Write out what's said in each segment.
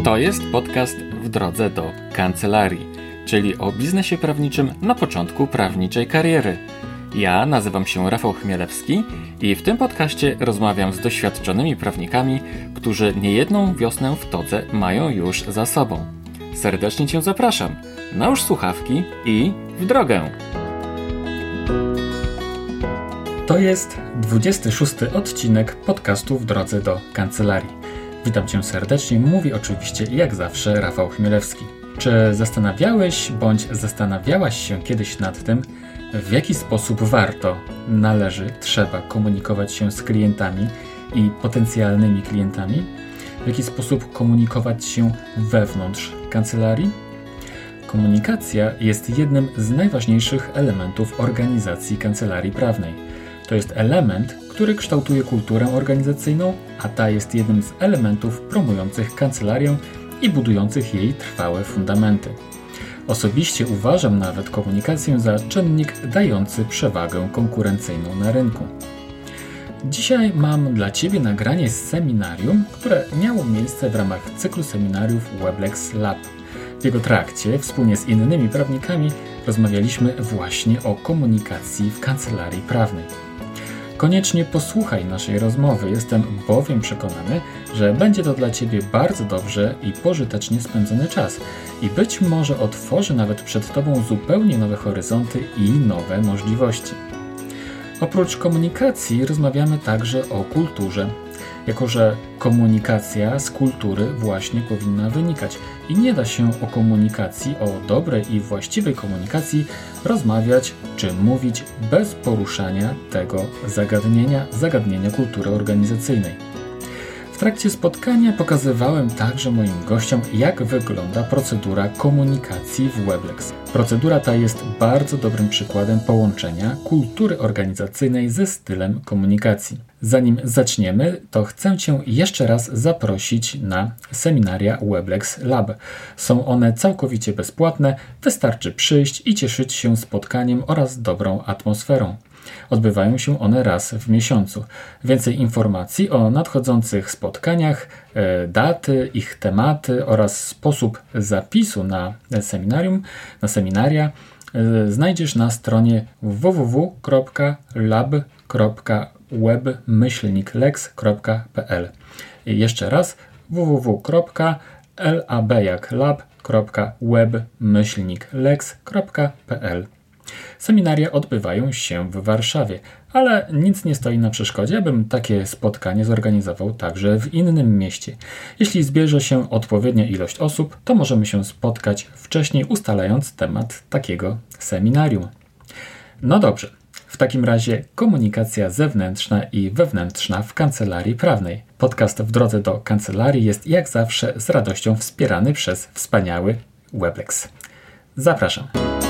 To jest podcast W drodze do kancelarii, czyli o biznesie prawniczym na początku prawniczej kariery. Ja nazywam się Rafał Chmielewski i w tym podcaście rozmawiam z doświadczonymi prawnikami, którzy niejedną wiosnę w todze mają już za sobą. Serdecznie Cię zapraszam. Nałóż słuchawki i w drogę! To jest 26. odcinek podcastu W drodze do kancelarii. Witam Cię serdecznie, mówi oczywiście jak zawsze Rafał Chmielewski. Czy zastanawiałeś bądź zastanawiałaś się kiedyś nad tym, w jaki sposób warto, należy, trzeba komunikować się z klientami i potencjalnymi klientami? W jaki sposób komunikować się wewnątrz kancelarii? Komunikacja jest jednym z najważniejszych elementów organizacji kancelarii prawnej. To jest element, który kształtuje kulturę organizacyjną, a ta jest jednym z elementów promujących kancelarię i budujących jej trwałe fundamenty. Osobiście uważam nawet komunikację za czynnik dający przewagę konkurencyjną na rynku. Dzisiaj mam dla Ciebie nagranie z seminarium, które miało miejsce w ramach cyklu seminariów Weblex Lab. W jego trakcie, wspólnie z innymi prawnikami, rozmawialiśmy właśnie o komunikacji w kancelarii prawnej. Koniecznie posłuchaj naszej rozmowy, jestem bowiem przekonany, że będzie to dla Ciebie bardzo dobrze i pożytecznie spędzony czas i być może otworzy nawet przed Tobą zupełnie nowe horyzonty i nowe możliwości. Oprócz komunikacji rozmawiamy także o kulturze, jako że komunikacja z kultury właśnie powinna wynikać i nie da się o komunikacji, o dobrej i właściwej komunikacji rozmawiać czy mówić bez poruszania tego zagadnienia kultury organizacyjnej. W trakcie spotkania pokazywałem także moim gościom, jak wygląda procedura komunikacji w Weblex. Procedura ta jest bardzo dobrym przykładem połączenia kultury organizacyjnej ze stylem komunikacji. Zanim zaczniemy, to chcę Cię jeszcze raz zaprosić na seminaria Weblex Lab. Są one całkowicie bezpłatne, wystarczy przyjść i cieszyć się spotkaniem oraz dobrą atmosferą. Odbywają się one raz w miesiącu. Więcej informacji o nadchodzących spotkaniach, daty, ich tematy oraz sposób zapisu na seminaria znajdziesz na stronie www.lab.web-lex.pl. Jeszcze raz www.lab.web-lex.pl. Seminaria odbywają się w Warszawie, ale nic nie stoi na przeszkodzie, abym takie spotkanie zorganizował także w innym mieście. Jeśli zbierze się odpowiednia ilość osób, to możemy się spotkać wcześniej, ustalając temat takiego seminarium. No dobrze, w takim razie komunikacja zewnętrzna i wewnętrzna w kancelarii prawnej. Podcast W drodze do kancelarii jest jak zawsze z radością wspierany przez wspaniały Weblex. Zapraszam.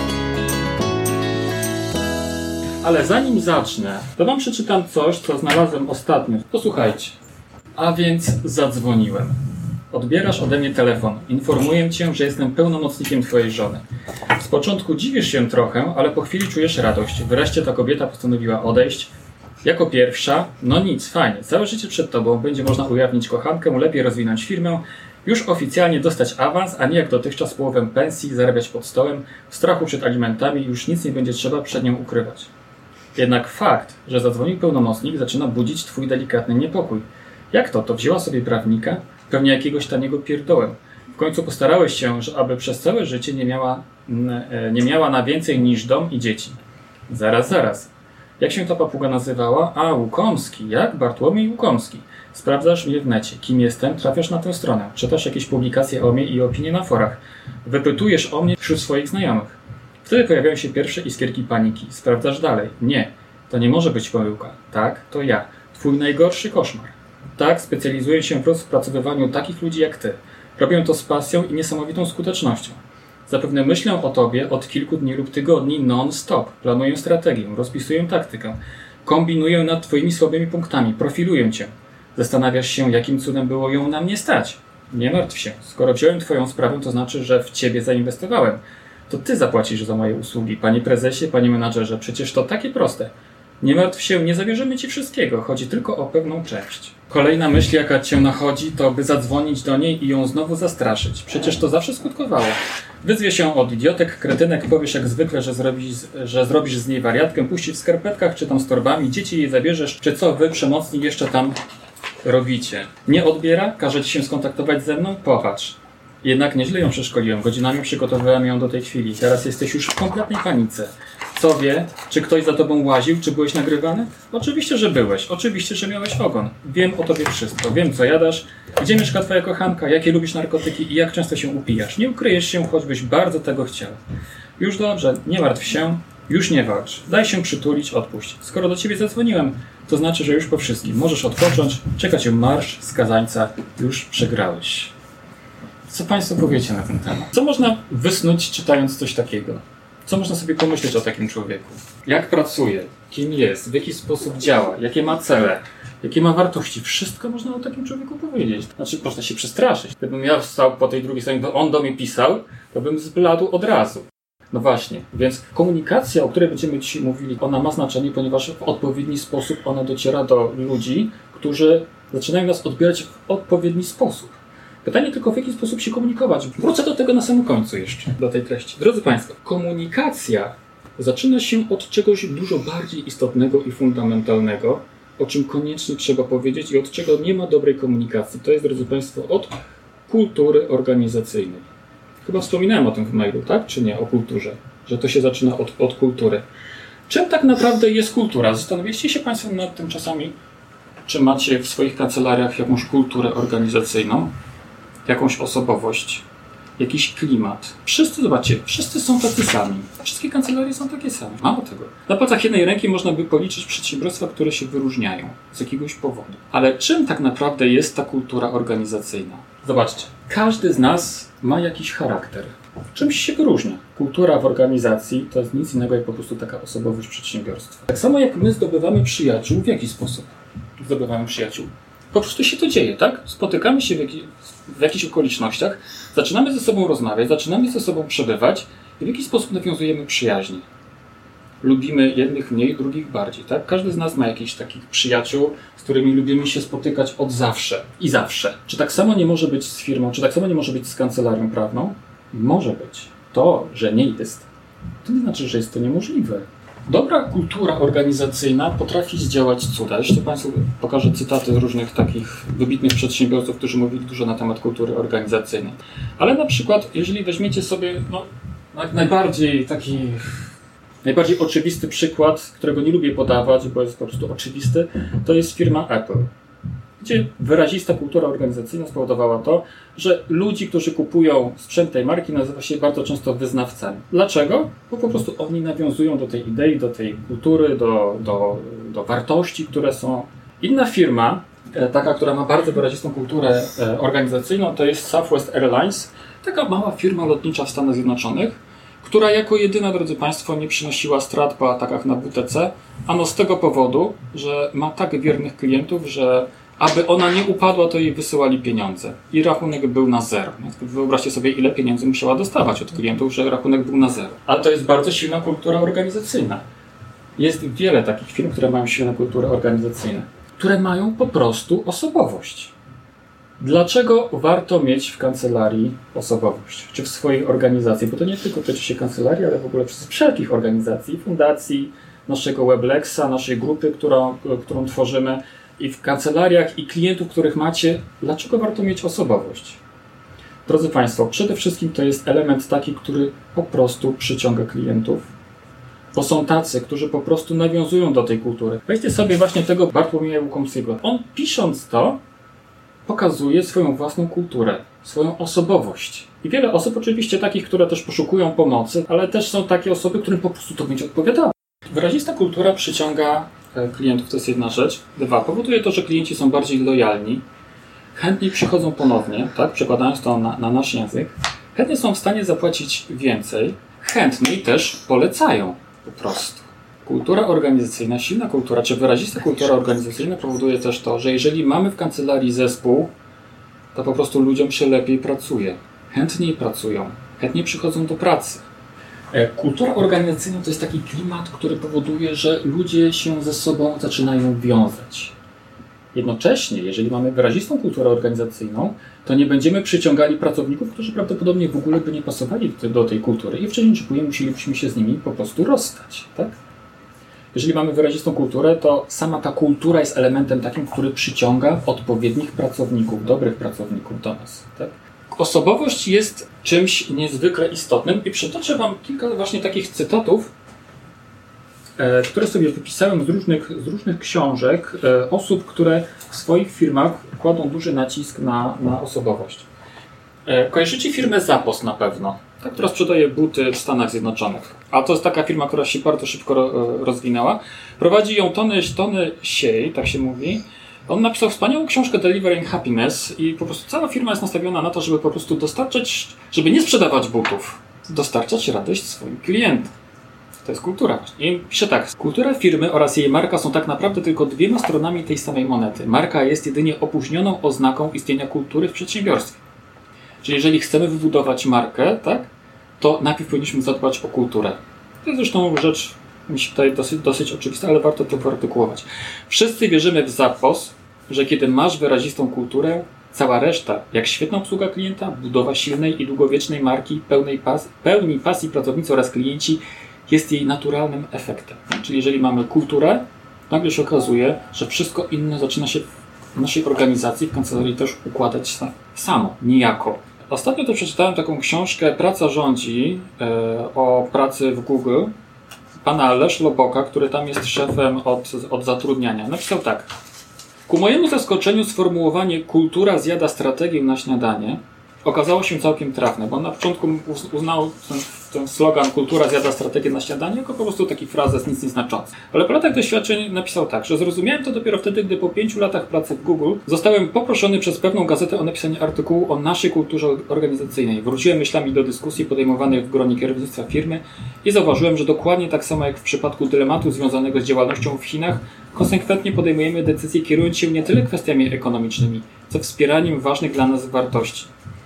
Ale zanim zacznę, to wam przeczytam coś, co znalazłem ostatnio. Posłuchajcie. A więc zadzwoniłem. Odbierasz ode mnie telefon. Informuję cię, że jestem pełnomocnikiem twojej żony. Z początku dziwisz się trochę, ale po chwili czujesz radość. Wreszcie ta kobieta postanowiła odejść. Jako pierwsza, no nic, fajnie. Całe życie przed tobą. Będzie można ujawnić kochankę, lepiej rozwinąć firmę, już oficjalnie dostać awans, a nie jak dotychczas połowę pensji, zarabiać pod stołem, w strachu przed alimentami, już nic nie będzie trzeba przed nią ukrywać. Jednak fakt, że zadzwonił pełnomocnik, zaczyna budzić twój delikatny niepokój. Jak to? To wzięła sobie prawnika? Pewnie jakiegoś taniego pierdołem. W końcu postarałeś się, aby przez całe życie nie miała na więcej niż dom i dzieci. Zaraz. Jak się ta papuga nazywała? A, Łukomski. Jak? Bartłomiej Łukomski. Sprawdzasz mnie w necie. Kim jestem? Trafiasz na tę stronę. Czytasz jakieś publikacje o mnie i opinie na forach. Wypytujesz o mnie wśród swoich znajomych. Wtedy pojawiają się pierwsze iskierki paniki. Sprawdzasz dalej. Nie, to nie może być pomyłka. Tak, to ja. Twój najgorszy koszmar. Tak, specjalizuję się w rozpracowywaniu takich ludzi jak ty. Robię to z pasją i niesamowitą skutecznością. Zapewne myślę o tobie od kilku dni lub tygodni non-stop. Planuję strategię, rozpisuję taktykę. Kombinuję nad twoimi słabymi punktami, profiluję cię. Zastanawiasz się, jakim cudem było ją na mnie stać. Nie martw się. Skoro wziąłem twoją sprawę, to znaczy, że w ciebie zainwestowałem. To ty zapłacisz za moje usługi, panie prezesie, panie menadżerze. Przecież to takie proste. Nie martw się, nie zabierzemy ci wszystkiego. Chodzi tylko o pewną część. Kolejna myśl, jaka cię nachodzi, to by zadzwonić do niej i ją znowu zastraszyć. Przecież to zawsze skutkowało. Wyzwie się od idiotek, kretynek, powiesz jak zwykle, że zrobisz z niej wariatkę, puści w skarpetkach czy tam z torbami, dzieci jej zabierzesz, czy co wy przemocni jeszcze tam robicie. Nie odbiera? Każe ci się skontaktować ze mną? Popatrz. Jednak nieźle ją przeszkoliłem. Godzinami przygotowywałem ją do tej chwili. Teraz jesteś już w kompletnej panice. Co wie? Czy ktoś za tobą łaził? Czy byłeś nagrywany? Oczywiście, że byłeś. Oczywiście, że miałeś ogon. Wiem o tobie wszystko. Wiem, co jadasz, gdzie mieszka twoja kochanka, jakie lubisz narkotyki i jak często się upijasz. Nie ukryjesz się, choćbyś bardzo tego chciał. Już dobrze, nie martw się. Już nie walcz. Daj się przytulić, odpuść. Skoro do ciebie zadzwoniłem, to znaczy, że już po wszystkim. Możesz odpocząć. Czeka cię marsz skazańca. Już przegrałeś. Co państwo powiecie na ten temat? Co można wysnuć, czytając coś takiego? Co można sobie pomyśleć o takim człowieku? Jak pracuje? Kim jest? W jaki sposób działa? Jakie ma cele? Jakie ma wartości? Wszystko można o takim człowieku powiedzieć. Znaczy, można się przestraszyć. Gdybym ja stał po tej drugiej stronie, bo on do mnie pisał, to bym zbladł od razu. No właśnie, więc komunikacja, o której będziemy dzisiaj mówili, ona ma znaczenie, ponieważ w odpowiedni sposób ona dociera do ludzi, którzy zaczynają nas odbierać w odpowiedni sposób. Pytanie tylko, w jaki sposób się komunikować. Wrócę do tego na samym końcu jeszcze, do tej treści. Drodzy Państwo, komunikacja zaczyna się od czegoś dużo bardziej istotnego i fundamentalnego, o czym koniecznie trzeba powiedzieć i od czego nie ma dobrej komunikacji. To jest, drodzy Państwo, od kultury organizacyjnej. Chyba wspominałem o tym w mailu, tak? Czy nie? O kulturze. Że to się zaczyna od kultury. Czym tak naprawdę jest kultura? Zastanowiliście się Państwo nad tym czasami, czy macie w swoich kancelariach jakąś kulturę organizacyjną? Jakąś osobowość, jakiś klimat. Wszyscy, zobaczcie, wszyscy są tacy sami. Wszystkie kancelarie są takie same. Mało tego. Na palcach jednej ręki można by policzyć przedsiębiorstwa, które się wyróżniają z jakiegoś powodu. Ale czym tak naprawdę jest ta kultura organizacyjna? Zobaczcie, każdy z nas ma jakiś charakter. Czymś się wyróżnia. Kultura w organizacji to jest nic innego jak po prostu taka osobowość przedsiębiorstwa. Tak samo jak my zdobywamy przyjaciół, w jaki sposób zdobywamy przyjaciół? Po prostu się to dzieje, tak? Spotykamy się w jakichś okolicznościach, zaczynamy ze sobą rozmawiać, zaczynamy ze sobą przebywać i w jaki sposób nawiązujemy przyjaźń. Lubimy jednych mniej, drugich bardziej, tak? Każdy z nas ma jakichś takich przyjaciół, z którymi lubimy się spotykać od zawsze i zawsze. Czy tak samo nie może być z firmą, czy tak samo nie może być z kancelarią prawną? Może być. To, że nie jest, to nie znaczy, że jest to niemożliwe. Dobra kultura organizacyjna potrafi zdziałać cuda. Jeszcze Państwu pokażę cytaty różnych takich wybitnych przedsiębiorców, którzy mówili dużo na temat kultury organizacyjnej. Ale na przykład, jeżeli weźmiecie sobie najbardziej oczywisty przykład, którego nie lubię podawać, bo jest po prostu oczywisty, to jest firma Apple. Gdzie wyrazista kultura organizacyjna spowodowała to, że ludzi, którzy kupują sprzęt tej marki, nazywa się bardzo często wyznawcami. Dlaczego? Bo po prostu oni nawiązują do tej idei, do tej kultury, do wartości, które są. Inna firma, taka, która ma bardzo wyrazistą kulturę organizacyjną, to jest Southwest Airlines, taka mała firma lotnicza w Stanach Zjednoczonych, która jako jedyna, drodzy Państwo, nie przynosiła strat po atakach na WTC, ano z tego powodu, że ma tak wiernych klientów, że aby ona nie upadła, to jej wysyłali pieniądze. I rachunek był na zero. Wyobraźcie sobie, ile pieniędzy musiała dostawać od klientów, że rachunek był na zero. Ale to jest bardzo silna kultura organizacyjna. Jest wiele takich firm, które mają silne kultury organizacyjne, które mają po prostu osobowość. Dlaczego warto mieć w kancelarii osobowość? Czy w swojej organizacji? Bo to nie tylko tyczy się kancelarii, ale w ogóle wszelkich organizacji, fundacji, naszego Weblexa, naszej grupy, którą tworzymy, i w kancelariach i klientów, których macie. Dlaczego warto mieć osobowość? Drodzy Państwo, przede wszystkim to jest element taki, który po prostu przyciąga klientów, bo są tacy, którzy po prostu nawiązują do tej kultury. Weźcie sobie właśnie tego Bartłomieja Łukomskiego. On, pisząc to, pokazuje swoją własną kulturę, swoją osobowość. I wiele osób oczywiście takich, które też poszukują pomocy, ale też są takie osoby, którym po prostu to będzie odpowiadało. Wyrazista kultura przyciąga klientów, to jest jedna rzecz. Dwa, powoduje to, że klienci są bardziej lojalni, chętniej przychodzą ponownie, tak, przekładając to na nasz język, chętnie są w stanie zapłacić więcej, chętniej też polecają po prostu. Kultura organizacyjna, silna kultura, czy wyrazista kultura organizacyjna powoduje też to, że jeżeli mamy w kancelarii zespół, to po prostu ludziom się lepiej pracuje, chętniej pracują, chętniej przychodzą do pracy. Kultura organizacyjna to jest taki klimat, który powoduje, że ludzie się ze sobą zaczynają wiązać. Jednocześnie, jeżeli mamy wyrazistą kulturę organizacyjną, to nie będziemy przyciągali pracowników, którzy prawdopodobnie w ogóle by nie pasowali do tej kultury i wcześniej czy później musielibyśmy się z nimi po prostu rozstać. Tak? Jeżeli mamy wyrazistą kulturę, to sama ta kultura jest elementem takim, który przyciąga odpowiednich pracowników, dobrych pracowników do nas. Tak? Osobowość jest czymś niezwykle istotnym i przytoczę Wam kilka właśnie takich cytatów, które sobie wypisałem z różnych książek osób, które w swoich firmach kładą duży nacisk na osobowość. Kojarzycie firmę Zappos na pewno, ta, która sprzedaje buty w Stanach Zjednoczonych. A to jest taka firma, która się bardzo szybko rozwinęła. Prowadzi ją Tony Hsieh, tak się mówi. On napisał wspaniałą książkę Delivering Happiness i po prostu cała firma jest nastawiona na to, żeby po prostu dostarczać, żeby nie sprzedawać butów, dostarczać radość swoim klientom. To jest kultura. I pisze tak, kultura firmy oraz jej marka są tak naprawdę tylko dwiema stronami tej samej monety. Marka jest jedynie opóźnioną oznaką istnienia kultury w przedsiębiorstwie. Czyli jeżeli chcemy wybudować markę, tak, to najpierw powinniśmy zadbać o kulturę. To jest zresztą rzecz, mi się tutaj dosyć oczywista, ale warto to wyartykułować. Wszyscy wierzymy w Zappos, że kiedy masz wyrazistą kulturę, cała reszta, jak świetna obsługa klienta, budowa silnej i długowiecznej marki, pełni pasji pracownicy oraz klienci, jest jej naturalnym efektem. Czyli jeżeli mamy kulturę, nagle się okazuje, że wszystko inne zaczyna się w naszej organizacji, w kancelarii też układać samo, niejako. Ostatnio to przeczytałem taką książkę Praca rządzi o pracy w Google pana Leszlo Boka, który tam jest szefem od zatrudniania. Napisał tak. Ku mojemu zaskoczeniu sformułowanie kultura zjada strategię na śniadanie okazało się całkiem trafne, bo on na początku uznał ten slogan kultura zjada strategię na śniadanie jako po prostu taki frazes nic nieznaczący. Ale po latach doświadczeń napisał tak, że zrozumiałem to dopiero wtedy, gdy po 5 latach pracy w Google zostałem poproszony przez pewną gazetę o napisanie artykułu o naszej kulturze organizacyjnej. Wróciłem myślami do dyskusji podejmowanych w gronie kierownictwa firmy i zauważyłem, że dokładnie tak samo jak w przypadku dylematu związanego z działalnością w Chinach, konsekwentnie podejmujemy decyzje kierując się nie tyle kwestiami ekonomicznymi, co wspieraniem ważnych dla nas wartości.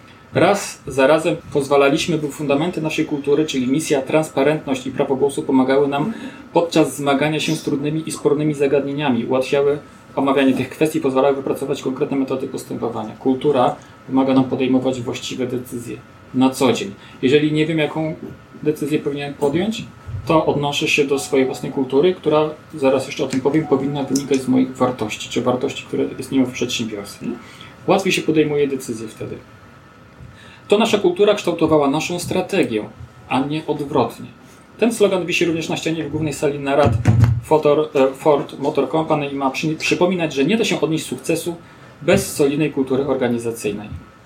Raz za razem pozwalaliśmy, by fundamenty naszej kultury, czyli misja, transparentność i prawo głosu pomagały nam podczas zmagania się z trudnymi i spornymi zagadnieniami, ułatwiały omawianie tych kwestii, pozwalały wypracować konkretne metody postępowania. Kultura pomaga nam podejmować właściwe decyzje na co dzień. Jeżeli nie wiem, jaką decyzję powinienem podjąć, to odnoszę się do swojej własnej kultury, która, zaraz jeszcze o tym powiem, powinna wynikać z moich wartości, czy wartości, które istnieją w przedsiębiorstwie. Łatwiej się podejmuje decyzje wtedy. To nasza kultura kształtowała naszą strategię, a nie odwrotnie. Ten slogan wisi również na ścianie w głównej sali narad Ford Motor Company i ma przypominać, że nie da się odnieść sukcesu bez solidnej kultury organizacyjnej.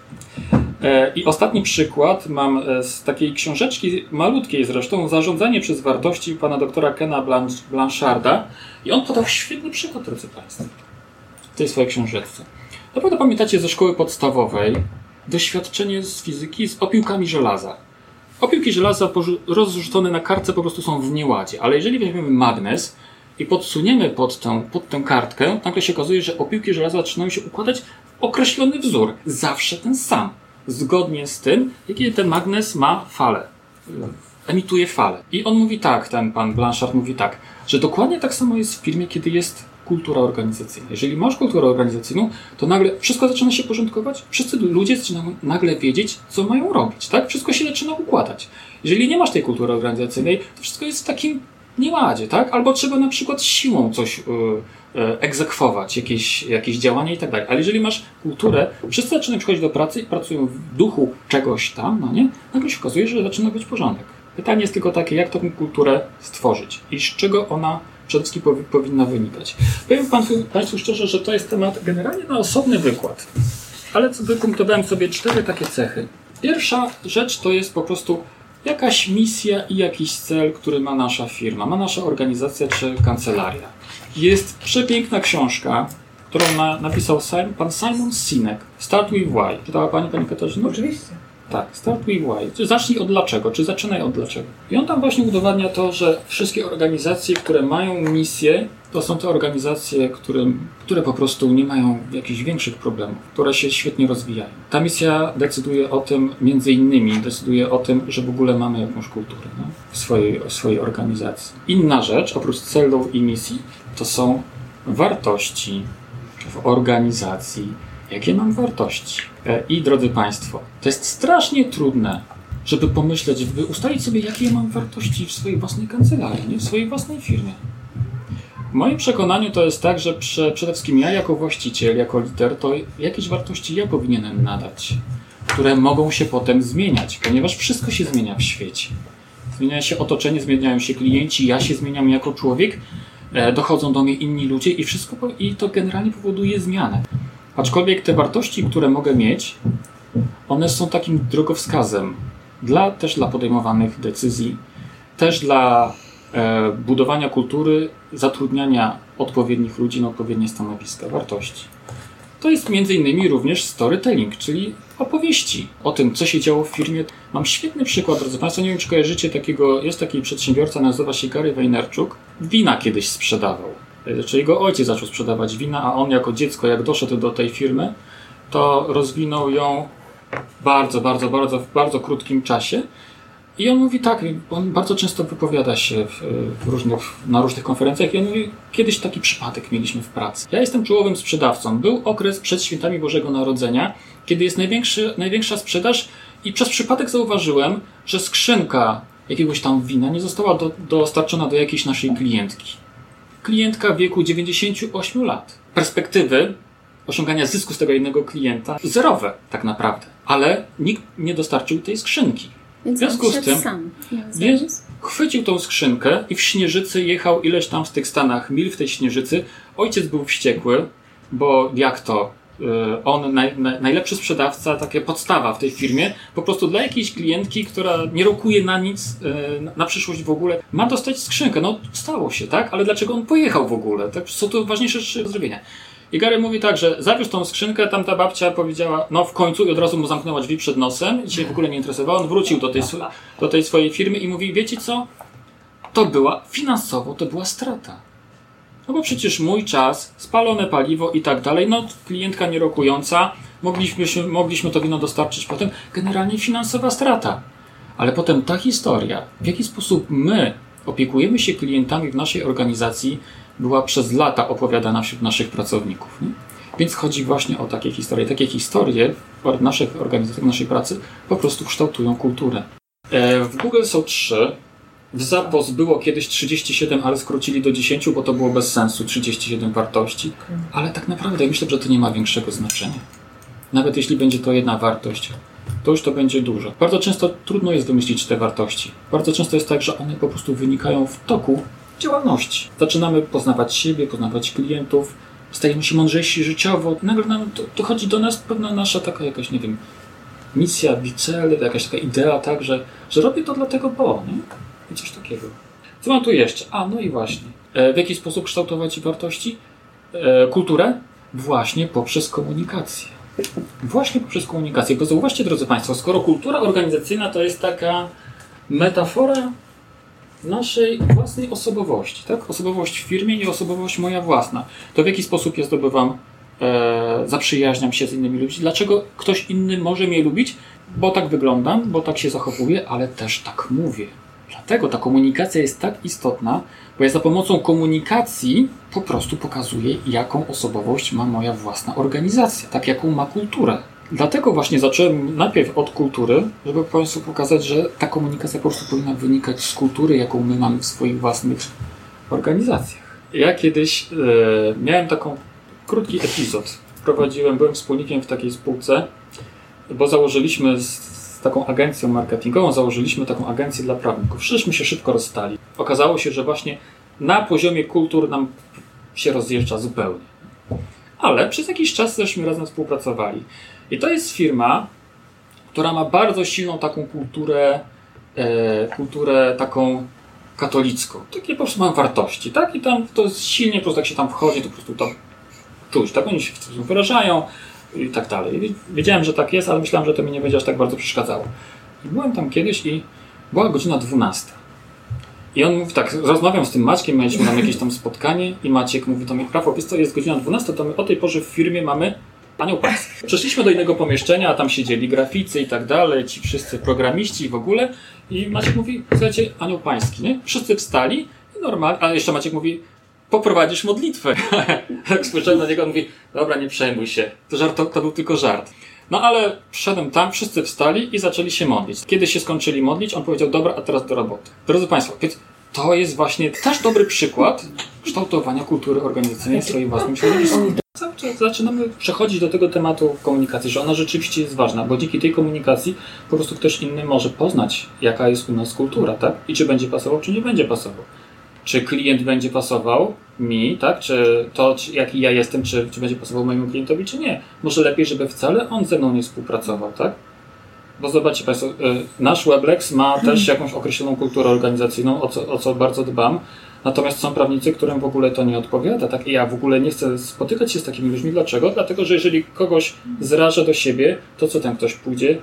I ostatni przykład mam z takiej książeczki, malutkiej zresztą, Zarządzanie przez wartości pana doktora Kena Blancharda. I on podał świetny przykład, drodzy Państwo, w tej swojej książeczce. Na pewno pamiętacie ze szkoły podstawowej doświadczenie z fizyki z opiłkami żelaza. Opiłki żelaza rozrzucone na kartce po prostu są w nieładzie, ale jeżeli weźmiemy magnes i podsuniemy pod tę kartkę, nagle się okazuje, że opiłki żelaza zaczynają się układać w określony wzór. Zawsze ten sam. Zgodnie z tym, jaki ten magnes ma falę. Emituje falę. I on mówi tak, ten pan Blanchard mówi tak, że dokładnie tak samo jest w firmie, kiedy jest kultura organizacyjna. Jeżeli masz kulturę organizacyjną, to nagle wszystko zaczyna się porządkować, wszyscy ludzie zaczynają nagle wiedzieć, co mają robić, tak? Wszystko się zaczyna układać. Jeżeli nie masz tej kultury organizacyjnej, to wszystko jest w takim nieładzie, tak? Albo trzeba na przykład siłą coś egzekwować, jakieś działania i tak dalej. Ale jeżeli masz kulturę, wszyscy zaczynają przychodzić do pracy i pracują w duchu czegoś tam, no nie? Nagle się okazuje, że zaczyna być porządek. Pytanie jest tylko takie, jak taką kulturę stworzyć i z czego ona przede wszystkim powinna wynikać. Powiem Państwu szczerze, że to jest temat generalnie na osobny wykład, ale wypunktowałem sobie 4 takie cechy. Pierwsza rzecz to jest po prostu jakaś misja i jakiś cel, który ma nasza firma, ma nasza organizacja czy kancelaria. Jest przepiękna książka, którą napisał pan Simon Sinek, Start with Why. Czytała Pani Katarzyno? Oczywiście. Tak, Start with Why. Zacznij od dlaczego, czy zaczynaj od dlaczego. I on tam właśnie udowadnia to, że wszystkie organizacje, które mają misję, to są te organizacje, które po prostu nie mają jakichś większych problemów, które się świetnie rozwijają. Ta misja decyduje o tym, między innymi decyduje o tym, że w ogóle mamy jakąś kulturę, no, w swojej organizacji. Inna rzecz, oprócz celów i misji, to są wartości. w organizacji, jakie mam wartości. I drodzy Państwo, to jest strasznie trudne, żeby pomyśleć, żeby ustalić sobie, jakie ja mam wartości w swojej własnej kancelarii, nie? W swojej własnej firmie. W moim przekonaniu to jest tak, że przede wszystkim ja jako właściciel, jako lider, to jakieś wartości ja powinienem nadać, które mogą się potem zmieniać, ponieważ wszystko się zmienia w świecie. Zmienia się otoczenie, zmieniają się klienci, ja się zmieniam jako człowiek, dochodzą do mnie inni ludzie i to generalnie powoduje zmianę. Aczkolwiek te wartości, które mogę mieć, one są takim drogowskazem też dla podejmowanych decyzji, też dla budowania kultury, zatrudniania odpowiednich ludzi na odpowiednie stanowiska, wartości. To jest między innymi również storytelling, czyli opowieści o tym, co się działo w firmie. Mam świetny przykład, drodzy Państwo, nie wiem, czy kojarzycie jest taki przedsiębiorca, nazywa się Gary Vaynerchuk. Wina kiedyś sprzedawał. Czyli jego ojciec zaczął sprzedawać wina, a on jako dziecko, jak doszedł do tej firmy, to rozwinął ją w bardzo krótkim czasie. I on mówi tak, on bardzo często wypowiada się na różnych konferencjach i on mówi, kiedyś taki przypadek mieliśmy w pracy. Ja jestem czołowym sprzedawcą. Był okres przed świętami Bożego Narodzenia, kiedy jest największa sprzedaż i przez przypadek zauważyłem, że skrzynka jakiegoś tam wina nie została dostarczona do jakiejś naszej klientki. Klientka w wieku 98 lat. Perspektywy osiągania zysku z tego jednego klienta zerowe tak naprawdę. Ale nikt nie dostarczył tej skrzynki. Więc w związku z tym chwycił tą skrzynkę i w Śnieżycy jechał ileś tam w tych Stanach mil w tej Śnieżycy. Ojciec był wściekły, bo jak to? On, najlepszy sprzedawca, taka podstawa w tej firmie, po prostu dla jakiejś klientki, która nie rokuje na nic, na przyszłość w ogóle, ma dostać skrzynkę. No stało się, tak? Ale dlaczego on pojechał w ogóle? Tak? Są to ważniejsze rzeczy do zrobienia. I Gary mówi tak, że zawiózł tą skrzynkę, tamta babcia powiedziała, no w końcu, i od razu mu zamknęła drzwi przed nosem i się w ogóle nie interesował. On wrócił do tej swojej firmy i mówi, wiecie co? To była strata. No bo przecież mój czas, spalone paliwo i tak dalej, no klientka nierokująca, mogliśmy to wino dostarczyć potem, generalnie finansowa strata. Ale potem ta historia, w jaki sposób my opiekujemy się klientami w naszej organizacji, była przez lata opowiadana wśród naszych pracowników. Nie? Więc chodzi właśnie o takie historie. Takie historie w naszych organizacjach, w naszej pracy po prostu kształtują kulturę. W Google są 3. W Zappos było kiedyś 37, ale skrócili do 10, bo to było bez sensu, 37 wartości. Ale tak naprawdę myślę, że to nie ma większego znaczenia. Nawet jeśli będzie to jedna wartość, to już to będzie dużo. Bardzo często trudno jest wymyślić te wartości. Bardzo często jest tak, że one po prostu wynikają w toku działalności. Zaczynamy poznawać siebie, poznawać klientów, stajemy się mądrzejsi życiowo. Nagle dochodzi do nas pewna nasza taka jakaś, nie wiem, misja, cel, jakaś taka idea, tak, że robię to dlatego, nie? I coś takiego. Co mam tu jeszcze? No i właśnie. W jaki sposób kształtować wartości? Kulturę? Właśnie poprzez komunikację. Bo zauważcie, drodzy Państwo, skoro kultura organizacyjna to jest taka metafora naszej własnej osobowości, tak? Osobowość w firmie i osobowość moja własna. To w jaki sposób ja zdobywam, zaprzyjaźniam się z innymi ludźmi? Dlaczego ktoś inny może mnie lubić? Bo tak wyglądam, bo tak się zachowuję, ale też tak mówię. Dlatego ta komunikacja jest tak istotna, bo ja za pomocą komunikacji po prostu pokazuję, jaką osobowość ma moja własna organizacja, tak jaką ma kulturę. Dlatego właśnie zacząłem najpierw od kultury, żeby Państwu pokazać, że ta komunikacja po prostu powinna wynikać z kultury, jaką my mamy w swoich własnych organizacjach. Ja kiedyś miałem krótki epizod. Byłem wspólnikiem w takiej spółce, bo założyliśmy z taką agencją marketingową, założyliśmy taką agencję dla prawników. Wszyscyśmy się szybko rozstali. Okazało się, że właśnie na poziomie kultur nam się rozjeżdża zupełnie. Ale przez jakiś czas żeśmy razem współpracowali. I to jest firma, która ma bardzo silną taką kulturę taką katolicką. Takie po prostu mam wartości, tak? I tam to jest silnie, po prostu jak się tam wchodzi, to po prostu tam czuć, tak? Oni się wyrażają i tak dalej. Wiedziałem, że tak jest, ale myślałem, że to mi nie będzie aż tak bardzo przeszkadzało. I byłem tam kiedyś i była godzina 12. I on mówi tak, rozmawiam z tym Maćkiem, mieliśmy tam jakieś tam spotkanie i Maciek mówi do mnie, Rafał, wiesz co, jest godzina 12, to my o tej porze w firmie mamy Anioł Pański. Przeszliśmy do innego pomieszczenia, a tam siedzieli graficy i tak dalej, ci wszyscy programiści w ogóle i Maciek mówi, słuchajcie, Anioł Pański, nie? Wszyscy wstali i normalnie, a jeszcze Maciek mówi, poprowadzisz modlitwę. Jak spojrzałem na niego, on mówi, dobra, nie przejmuj się, to był tylko żart. No ale wszedłem tam, wszyscy wstali i zaczęli się modlić. Kiedy się skończyli modlić, on powiedział, dobra, a teraz do roboty. Drodzy Państwo, więc to jest właśnie też dobry przykład kształtowania kultury organizacyjnej w swoim własnym środowisku. Cały czas zaczynamy przechodzić do tego tematu komunikacji, że ona rzeczywiście jest ważna, bo dzięki tej komunikacji po prostu ktoś inny może poznać, jaka jest u nas kultura, tak? I czy będzie pasował, czy nie będzie pasował. Czy klient będzie pasował mi, tak? Czy to, jaki ja jestem, czy będzie pasował mojemu klientowi, czy nie. Może lepiej, żeby wcale on ze mną nie współpracował, tak? Bo zobaczcie Państwo, nasz Weblex ma też jakąś określoną kulturę organizacyjną, o co bardzo dbam. Natomiast są prawnicy, którym w ogóle to nie odpowiada, tak? I ja w ogóle nie chcę spotykać się z takimi ludźmi. Dlaczego? Dlatego, że jeżeli kogoś zrażę do siebie, to co ten ktoś pójdzie,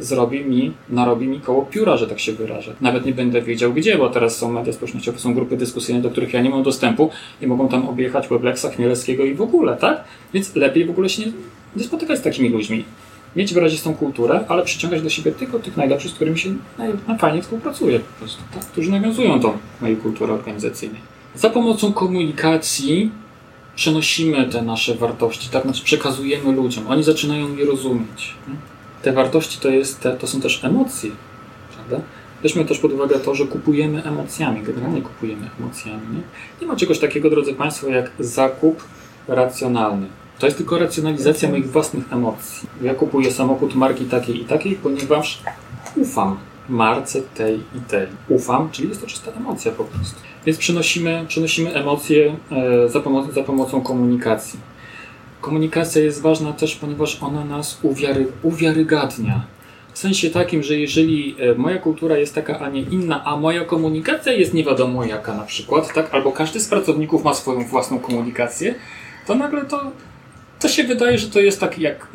narobi mi koło pióra, że tak się wyrażę. Nawet nie będę wiedział gdzie, bo teraz są media społecznościowe, są grupy dyskusyjne, do których ja nie mam dostępu i mogą tam objechać Weblexa, Chmielewskiego i w ogóle, tak? Więc lepiej w ogóle się nie spotykać z takimi ludźmi. Mieć wyrazistą kulturę, ale przyciągać do siebie tylko tych najlepszych, z którymi się najfajniej współpracuje, po prostu, tak? Którzy nawiązują do mojej kultury organizacyjnej. Za pomocą komunikacji przenosimy te nasze wartości, tak? Znaczy przekazujemy ludziom, oni zaczynają je rozumieć. Te wartości to są też emocje, prawda? Weźmy też pod uwagę to, że kupujemy emocjami, generalnie kupujemy emocjami. Nie ma czegoś takiego, drodzy Państwo, jak zakup racjonalny. To jest tylko racjonalizacja moich własnych emocji. Ja kupuję samochód marki takiej i takiej, ponieważ ufam marce tej i tej. Ufam, czyli jest to czysta emocja po prostu. Więc przenosimy emocje za pomocą komunikacji. Komunikacja jest ważna też, ponieważ ona nas uwiarygadnia. W sensie takim, że jeżeli moja kultura jest taka, a nie inna, a moja komunikacja jest nie wiadomo jaka na przykład, tak? Albo każdy z pracowników ma swoją własną komunikację, to nagle to się wydaje, że to jest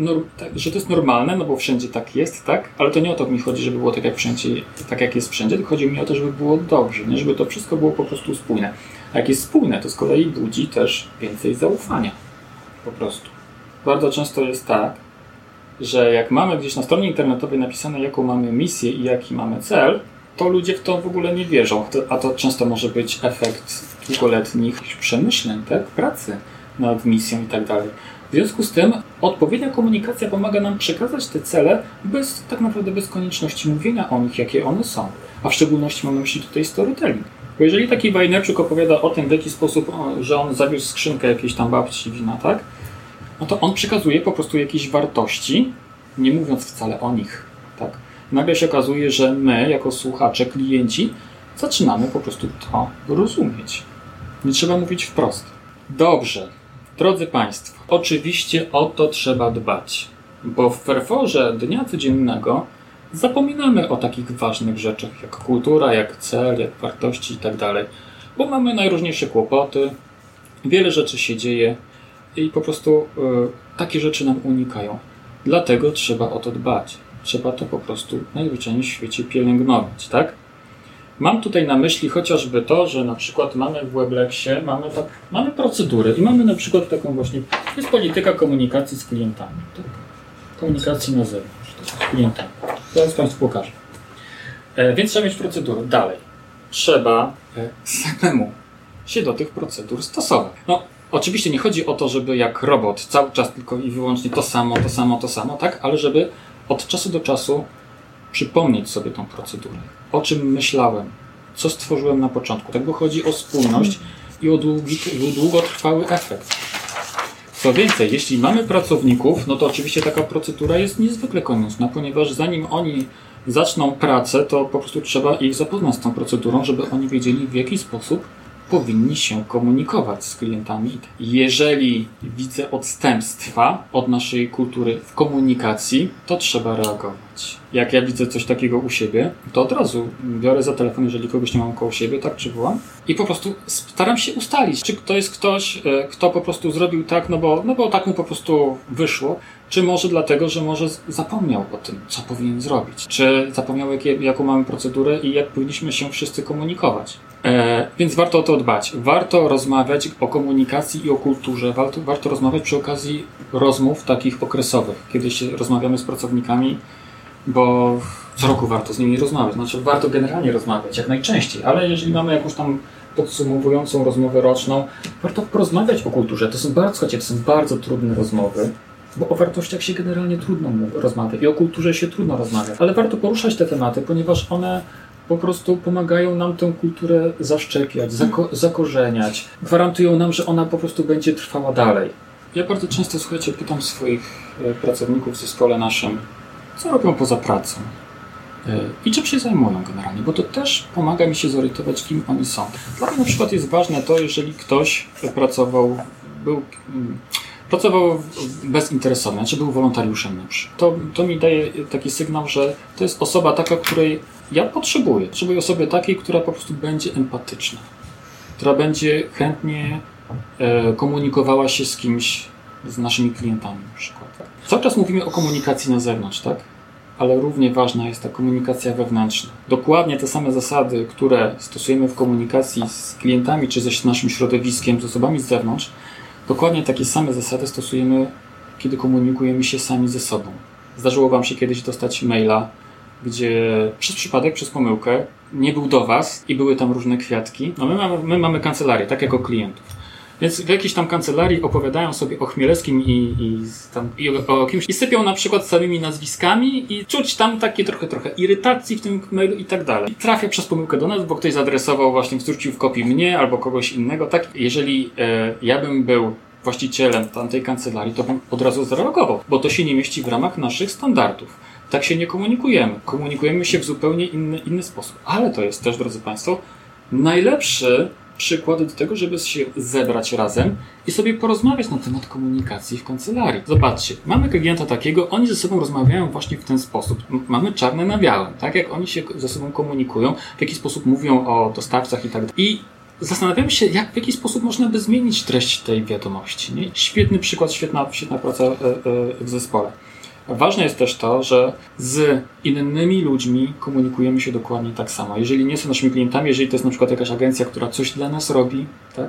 że to jest normalne, no bo wszędzie tak jest, tak? Ale to nie o to mi chodzi, żeby było tak jak wszędzie, tak jak jest wszędzie, tylko chodzi mi o to, żeby było dobrze, nie? Żeby to wszystko było po prostu spójne. A jak jest spójne, to z kolei budzi też więcej zaufania. Po prostu. Bardzo często jest tak, że jak mamy gdzieś na stronie internetowej napisane, jaką mamy misję i jaki mamy cel, to ludzie w to w ogóle nie wierzą. A to często może być efekt długoletnich przemyśleń, tak? Pracy nad misją i tak dalej. W związku z tym odpowiednia komunikacja pomaga nam przekazać te cele tak naprawdę bez konieczności mówienia o nich, jakie one są. A w szczególności mam na myśli tutaj storytelling. Bo jeżeli taki Wajnerczyk opowiada o tym, w jaki sposób, że on zawiózł skrzynkę jakiejś tam babci wina, tak? No to on przekazuje po prostu jakieś wartości, nie mówiąc wcale o nich, tak? Nagle się okazuje, że my, jako słuchacze, klienci, zaczynamy po prostu to rozumieć. Nie trzeba mówić wprost. Dobrze. Drodzy Państwo, oczywiście o to trzeba dbać, bo w ferworze dnia codziennego zapominamy o takich ważnych rzeczach jak kultura, jak cel, jak wartości itd., bo mamy najróżniejsze kłopoty, wiele rzeczy się dzieje i po prostu takie rzeczy nam unikają. Dlatego trzeba o to dbać. Trzeba to po prostu najzwyczajniej w świecie pielęgnować, tak? Mam tutaj na myśli chociażby to, że na przykład mamy w Weblexie, mamy procedury i mamy na przykład taką właśnie, jest polityka komunikacji z klientami, tak? Komunikacji na zewnątrz, tak? Z klientami. Zaraz Państwu pokażę. Więc trzeba mieć procedury. Dalej. Trzeba samemu się do tych procedur stosować. No, oczywiście nie chodzi o to, żeby jak robot cały czas tylko i wyłącznie to samo, tak? Ale żeby od czasu do czasu przypomnieć sobie tą procedurę. O czym myślałem, co stworzyłem na początku. Tak, bo chodzi o spójność i o długotrwały efekt. Co więcej, jeśli mamy pracowników, no to oczywiście taka procedura jest niezwykle konieczna, ponieważ zanim oni zaczną pracę, to po prostu trzeba ich zapoznać z tą procedurą, żeby oni wiedzieli, w jaki sposób powinni się komunikować z klientami. Jeżeli widzę odstępstwa od naszej kultury w komunikacji, to trzeba reagować. Jak ja widzę coś takiego u siebie, to od razu biorę za telefon, jeżeli kogoś nie mam koło siebie, tak czy wołam, i po prostu staram się ustalić, czy to jest ktoś, kto po prostu zrobił tak, no bo tak mu po prostu wyszło, czy może dlatego, że może zapomniał o tym, co powinien zrobić, czy zapomniał, jaką mamy procedurę i jak powinniśmy się wszyscy komunikować. Więc warto o to dbać. Warto rozmawiać o komunikacji i o kulturze. Warto rozmawiać przy okazji rozmów takich okresowych, kiedy się rozmawiamy z pracownikami, bo co roku warto z nimi rozmawiać. Znaczy warto generalnie rozmawiać, jak najczęściej, ale jeżeli mamy jakąś tam podsumowującą rozmowę roczną, warto porozmawiać o kulturze. To są bardzo trudne rozmowy, bo o wartościach się generalnie trudno rozmawiać i o kulturze się trudno rozmawiać. Ale warto poruszać te tematy, ponieważ one po prostu pomagają nam tę kulturę zaszczepiać, zakorzeniać. Gwarantują nam, że ona po prostu będzie trwała dalej. Ja bardzo często, słuchajcie, pytam swoich pracowników w zespole naszym, co robią poza pracą i czym się zajmują generalnie, bo to też pomaga mi się zorientować, kim oni są. Dla mnie na przykład jest ważne to, jeżeli ktoś pracował bezinteresownie, czy był wolontariuszem na przykład. To mi daje taki sygnał, że to jest osoba taka, której ja potrzebuję. Potrzebuję osoby takiej, która po prostu będzie empatyczna, która będzie chętnie komunikowała się z kimś, z naszymi klientami na przykład. Cały czas mówimy o komunikacji na zewnątrz, tak? Ale równie ważna jest ta komunikacja wewnętrzna. Dokładnie te same zasady, które stosujemy w komunikacji z klientami, czy z naszym środowiskiem, z osobami z zewnątrz, dokładnie takie same zasady stosujemy, kiedy komunikujemy się sami ze sobą. Zdarzyło Wam się kiedyś dostać maila, gdzie przez przypadek, przez pomyłkę nie był do Was i były tam różne kwiatki. No my mamy kancelarię, tak jako klientów. Więc w jakiejś tam kancelarii opowiadają sobie o Chmielewskim i o kimś i sypią na przykład samymi nazwiskami i czuć tam takie trochę irytacji w tym mailu i tak dalej. I trafia przez pomyłkę do nas, bo ktoś zaadresował właśnie, wrzucił w kopii mnie albo kogoś innego. Tak, jeżeli ja bym był właścicielem tamtej kancelarii, to bym od razu zareagował, bo to się nie mieści w ramach naszych standardów. Tak się nie komunikujemy. Komunikujemy się w zupełnie inny sposób. Ale to jest też, drodzy Państwo, najlepszy przykład do tego, żeby się zebrać razem i sobie porozmawiać na temat komunikacji w kancelarii. Zobaczcie, mamy klienta takiego, oni ze sobą rozmawiają właśnie w ten sposób. Mamy czarne na białym, tak jak oni się ze sobą komunikują, w jaki sposób mówią o dostawcach i tak dalej. I zastanawiamy się, w jaki sposób można by zmienić treść tej wiadomości. Nie? Świetny przykład, świetna praca w zespole. Ważne jest też to, że z innymi ludźmi komunikujemy się dokładnie tak samo. Jeżeli nie są naszymi klientami, jeżeli to jest na przykład jakaś agencja, która coś dla nas robi, tak?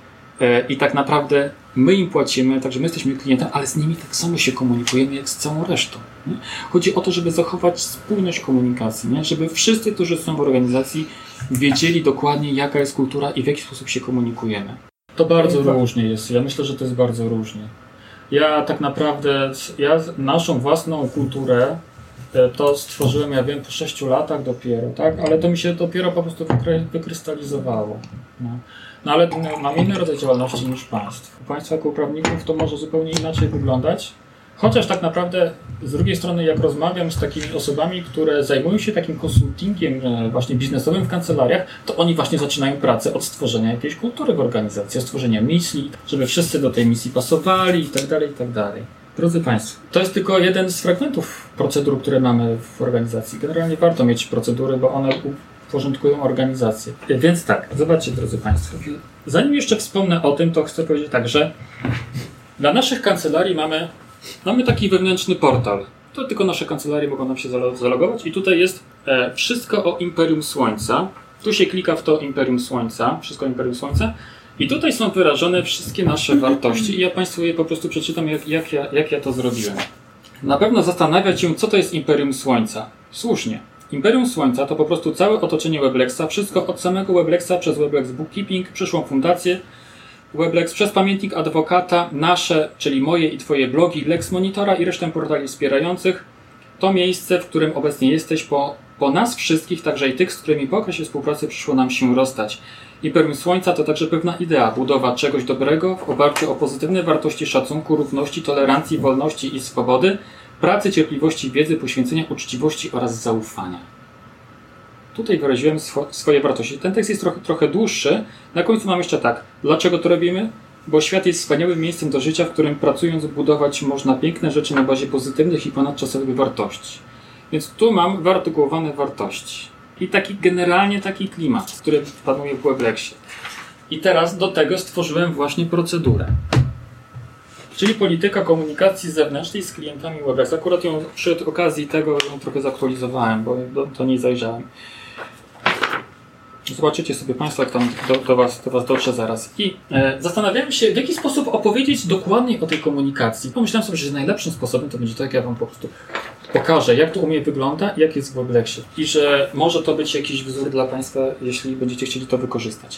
I tak naprawdę my im płacimy, także my jesteśmy klientem, ale z nimi tak samo się komunikujemy jak z całą resztą. Nie? Chodzi o to, żeby zachować spójność komunikacji, nie? Żeby wszyscy, którzy są w organizacji, wiedzieli dokładnie, jaka jest kultura i w jaki sposób się komunikujemy. To bardzo różnie jest. Ja myślę, że to jest bardzo różnie. Ja tak naprawdę, naszą własną kulturę to stworzyłem, ja wiem, po 6 latach dopiero, tak? Ale to mi się dopiero po prostu wykrystalizowało. No ale mam inny rodzaj działalności niż państw. U państwa jako prawników to może zupełnie inaczej wyglądać. Chociaż tak naprawdę z drugiej strony, jak rozmawiam z takimi osobami, które zajmują się takim konsultingiem właśnie biznesowym w kancelariach, to oni właśnie zaczynają pracę od stworzenia jakiejś kultury w organizacji, od stworzenia misji, żeby wszyscy do tej misji pasowali i tak dalej, i tak dalej. Drodzy Państwo, to jest tylko jeden z fragmentów procedur, które mamy w organizacji. Generalnie warto mieć procedury, bo one uporządkują organizację. Więc tak, zobaczcie, drodzy Państwo. Zanim jeszcze wspomnę o tym, to chcę powiedzieć tak, że dla naszych kancelarii mamy taki wewnętrzny portal. To tylko nasze kancelarie mogą nam się zalogować i tutaj jest wszystko o Imperium Słońca. Tu się klika w to Imperium Słońca, wszystko Imperium Słońca i tutaj są wyrażone wszystkie nasze wartości i ja Państwu je po prostu przeczytam, jak ja to zrobiłem. Na pewno zastanawiać się, co to jest Imperium Słońca. Słusznie. Imperium Słońca to po prostu całe otoczenie Weblexa, wszystko od samego Weblexa przez Weblex Bookkeeping, przyszłą fundację, Weblex przez pamiętnik adwokata, nasze, czyli moje i Twoje blogi, Lex Monitora i resztę portali wspierających. To miejsce, w którym obecnie jesteś po nas wszystkich, także i tych, z którymi po okresie współpracy przyszło nam się rozstać. Imperium Słońca to także pewna idea, budowa czegoś dobrego w oparciu o pozytywne wartości szacunku, równości, tolerancji, wolności i swobody, pracy, cierpliwości, wiedzy, poświęcenia, uczciwości oraz zaufania. Tutaj wyraziłem swoje wartości. Ten tekst jest trochę dłuższy. Na końcu mam jeszcze tak. Dlaczego to robimy? Bo świat jest wspaniałym miejscem do życia, w którym pracując budować można piękne rzeczy na bazie pozytywnych i ponadczasowych wartości. Więc tu mam wyartykułowane wartości. I generalnie taki klimat, który panuje w Weblexie. I teraz do tego stworzyłem właśnie procedurę. Czyli polityka komunikacji zewnętrznej z klientami Weblexa. Akurat ją przy okazji tego ją trochę zaktualizowałem, bo do niej zajrzałem. Zobaczycie sobie Państwo, jak tam do Was dotrze zaraz. I zastanawiałem się, w jaki sposób opowiedzieć dokładnie o tej komunikacji. Pomyślałem sobie, że najlepszym sposobem to będzie to, jak ja Wam po prostu pokażę, jak to u mnie wygląda i jak jest w Weblexie. I że może to być jakiś wzór dla Państwa, jeśli będziecie chcieli to wykorzystać.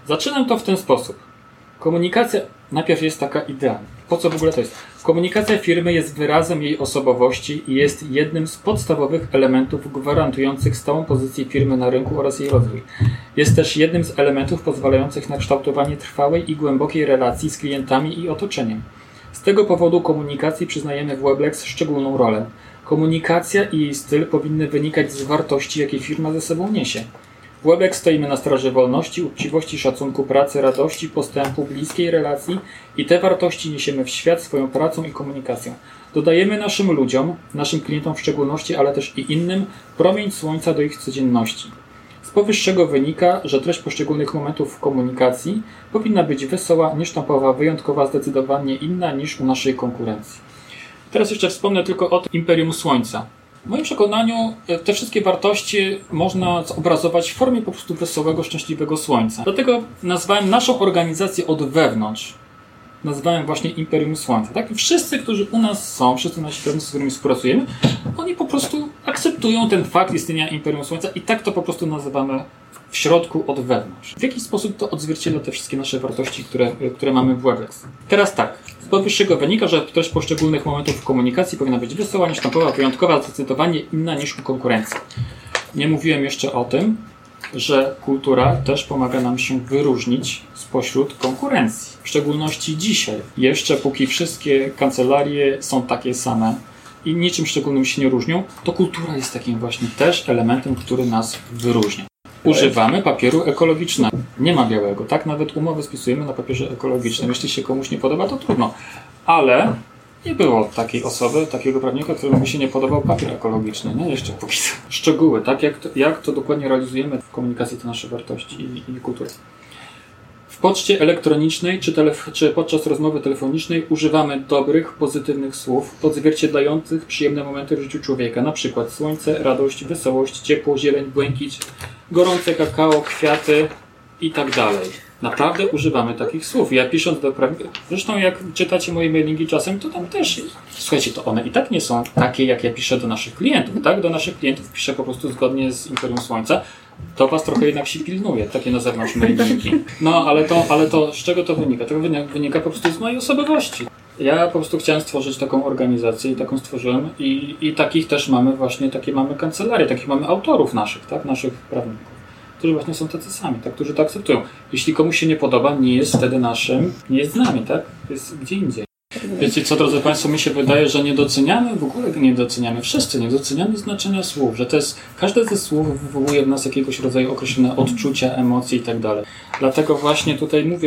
Zaczynam to w ten sposób. Komunikacja najpierw jest taka idealna. Po co w ogóle to jest? Komunikacja firmy jest wyrazem jej osobowości i jest jednym z podstawowych elementów gwarantujących stałą pozycję firmy na rynku oraz jej rozwój. Jest też jednym z elementów pozwalających na kształtowanie trwałej i głębokiej relacji z klientami i otoczeniem. Z tego powodu komunikacji przyznajemy w Weblex szczególną rolę. Komunikacja i jej styl powinny wynikać z wartości, jakie firma ze sobą niesie. W Weblex stoimy na straży wolności, uczciwości, szacunku pracy, radości, postępu, bliskiej relacji i te wartości niesiemy w świat swoją pracą i komunikacją. Dodajemy naszym ludziom, naszym klientom w szczególności, ale też i innym, promień słońca do ich codzienności. Z powyższego wynika, że treść poszczególnych momentów w komunikacji powinna być wesoła, niesztampowa, wyjątkowa, zdecydowanie inna niż u naszej konkurencji. Teraz jeszcze wspomnę tylko o Imperium Słońca. W moim przekonaniu te wszystkie wartości można zobrazować w formie po prostu wesołego, szczęśliwego słońca. Dlatego nazwałem naszą organizację od wewnątrz. Nazwałem właśnie Imperium Słońca. Tak? I wszyscy, którzy u nas są, wszyscy nasi pracownicy, z którymi współpracujemy, oni po prostu akceptują ten fakt istnienia Imperium Słońca i tak to po prostu nazywamy w środku od wewnątrz. W jakiś sposób to odzwierciedla te wszystkie nasze wartości, które mamy w Weblex. Teraz tak. Z powyższego wynika, że treść poszczególnych momentów w komunikacji powinna być wesoła, niesztampowa, wyjątkowa, zdecydowanie inna niż u konkurencji. Nie mówiłem jeszcze o tym, że kultura też pomaga nam się wyróżnić spośród konkurencji. W szczególności dzisiaj. Jeszcze póki wszystkie kancelarie są takie same i niczym szczególnym się nie różnią, to kultura jest takim właśnie też elementem, który nas wyróżnia. Używamy papieru ekologicznego. Nie ma białego, tak? Nawet umowy spisujemy na papierze ekologicznym. Jeśli się komuś nie podoba, to trudno. Ale nie było takiej osoby, takiego prawnika, któremu się nie podobał papier ekologiczny. Nie? Jeszcze póki co. Szczegóły, tak? Jak to dokładnie realizujemy w komunikacji te nasze wartości i kultury. W poczcie elektronicznej czy podczas rozmowy telefonicznej używamy dobrych, pozytywnych słów odzwierciedlających przyjemne momenty w życiu człowieka. Na przykład słońce, radość, wesołość, ciepło, zieleń, błękit, gorące kakao, kwiaty i tak dalej. Naprawdę używamy takich słów. Ja pisząc do prawnika, zresztą jak czytacie moje mailingi czasem, to tam też, słuchajcie, to one i tak nie są takie, jak ja piszę do naszych klientów. Tak? Do naszych klientów piszę po prostu zgodnie z Imperium Słońca. To was trochę jednak się pilnuje, takie na zewnątrz mailingi. No, ale to z czego to wynika? To wynika po prostu z mojej osobowości. Ja po prostu chciałem stworzyć taką organizację i taką stworzyłem i takich też mamy właśnie, takie mamy kancelarie, takich mamy autorów naszych, tak? Naszych prawników, którzy właśnie są tacy sami, tak? Którzy to akceptują. Jeśli komuś się nie podoba, nie jest wtedy naszym, nie jest z nami, tak? Jest gdzie indziej. Wiecie co, drodzy Państwo, mi się wydaje, że nie doceniamy, w ogóle nie doceniamy, wszyscy nie doceniamy znaczenia słów, że to jest, każde ze słów wywołuje w nas jakiegoś rodzaju określone odczucia, emocje i tak dalej. Dlatego właśnie tutaj mówię,